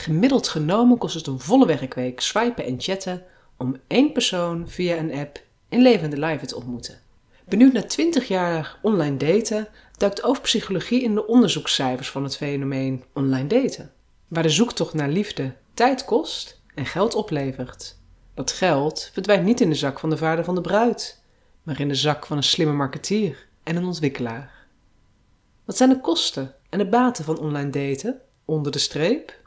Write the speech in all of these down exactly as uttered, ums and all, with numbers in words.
Gemiddeld genomen kost het een volle werkweek swipen en chatten om één persoon via een app in levende lijve te ontmoeten. Benieuwd naar twintig jaar online daten, duikt Overpsychologie in de onderzoekscijfers van het fenomeen online daten, waar de zoektocht naar liefde tijd kost en geld oplevert. Dat geld verdwijnt niet in de zak van de vader van de bruid, maar in de zak van een slimme marketeer en een ontwikkelaar. Wat zijn de kosten en de baten van online daten onder de streep?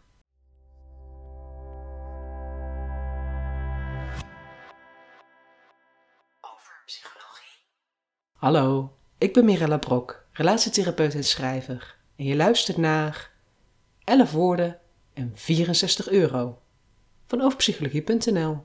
Overpsychologie. Hallo, ik ben Mirella Brok, relatietherapeut en schrijver en je luistert naar elf woorden en vierenzestig euro van overpsychologie punt n l.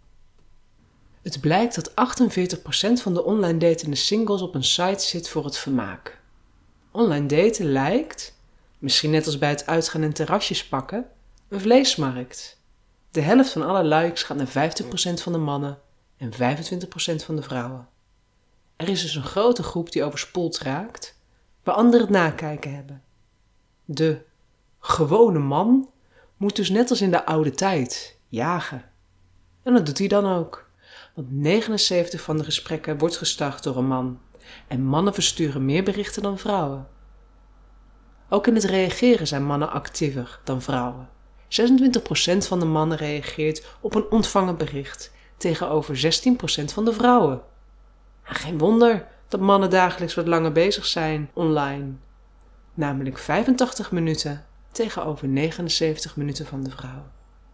Het blijkt dat achtenveertig procent van de online datende singles op een site zit voor het vermaak. Online daten lijkt, misschien net als bij het uitgaan en terrasjes pakken, een vleesmarkt. De helft van alle likes gaat naar vijftig procent van de mannen en vijfentwintig procent van de vrouwen. Er is dus een grote groep die overspoeld raakt, waar anderen het nakijken hebben. De gewone man moet dus net als in de oude tijd jagen. En dat doet hij dan ook. Want negenenzeventig van de gesprekken wordt gestart door een man. En mannen versturen meer berichten dan vrouwen. Ook in het reageren zijn mannen actiever dan vrouwen. zesentwintig procent van de mannen reageert op een ontvangen bericht tegenover zestien procent van de vrouwen. En geen wonder dat mannen dagelijks wat langer bezig zijn online. Namelijk vijfentachtig minuten tegenover negenenzeventig minuten van de vrouw.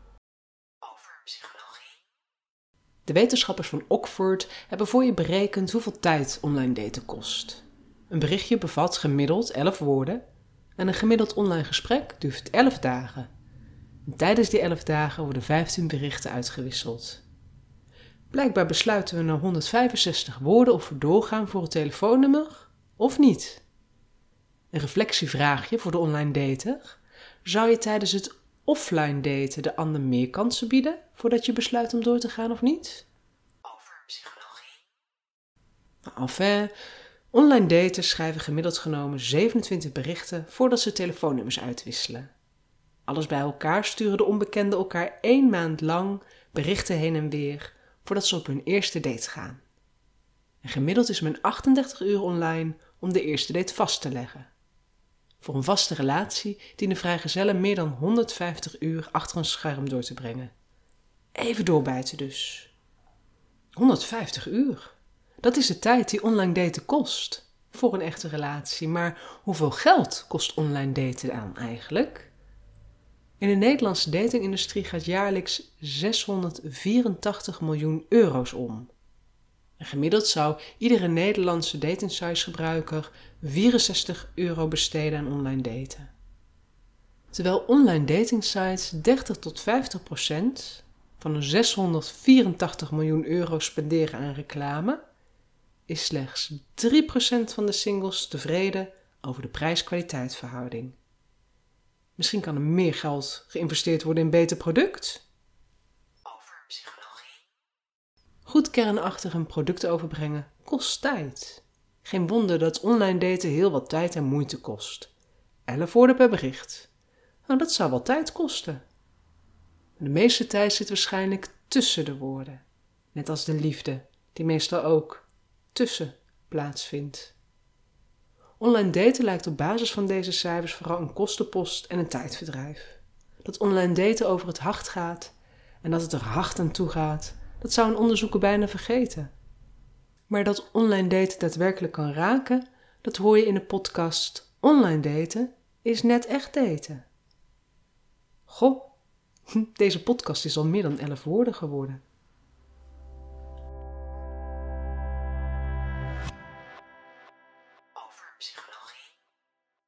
Overpsychologie. De wetenschappers van Oxford hebben voor je berekend hoeveel tijd online daten kost. Een berichtje bevat gemiddeld elf woorden en een gemiddeld online gesprek duurt elf dagen. En tijdens die elf dagen worden vijftien berichten uitgewisseld. Blijkbaar besluiten we na honderdvijfenzestig woorden of we doorgaan voor het telefoonnummer of niet. Een reflectievraagje voor de online dater. Zou je tijdens het offline daten de ander meer kansen bieden voordat je besluit om door te gaan of niet? Overpsychologie. Enfin, online daters schrijven gemiddeld genomen zevenentwintig berichten voordat ze telefoonnummers uitwisselen. Alles bij elkaar sturen de onbekenden elkaar één maand lang berichten heen en weer voordat ze op hun eerste date gaan. En gemiddeld is men achtendertig uur online om de eerste date vast te leggen. Voor een vaste relatie dienen vrijgezellen meer dan honderdvijftig uur achter een scherm door te brengen. Even doorbijten dus. honderdvijftig uur. Dat is de tijd die online daten kost voor een echte relatie. Maar hoeveel geld kost online daten dan eigenlijk? In de Nederlandse datingindustrie gaat jaarlijks zeshonderdvierentachtig miljoen euro's om. En gemiddeld zou iedere Nederlandse datingsites-gebruiker vierenzestig euro besteden aan online daten. Terwijl online datingsites dertig tot vijftig procent van de zeshonderdvierentachtig miljoen euro spenderen aan reclame, is slechts drie procent van de singles tevreden over de prijs-kwaliteit verhouding. Misschien kan er meer geld geïnvesteerd worden in beter product? Overpsychologie. Goed kernachtig een product overbrengen kost tijd. Geen wonder dat online daten heel wat tijd en moeite kost. elf woorden per bericht. Nou, dat zou wel tijd kosten. De meeste tijd zit waarschijnlijk tussen de woorden. Net als de liefde, die meestal ook tussen plaatsvindt. Online daten lijkt op basis van deze cijfers vooral een kostenpost en een tijdverdrijf. Dat online daten over het hart gaat en dat het er hard aan toe gaat, dat zou een onderzoeker bijna vergeten. Maar dat online daten daadwerkelijk kan raken, dat hoor je in de podcast Online daten is net echt daten. Goh, deze podcast is al meer dan elf woorden geworden. Overpsychologie.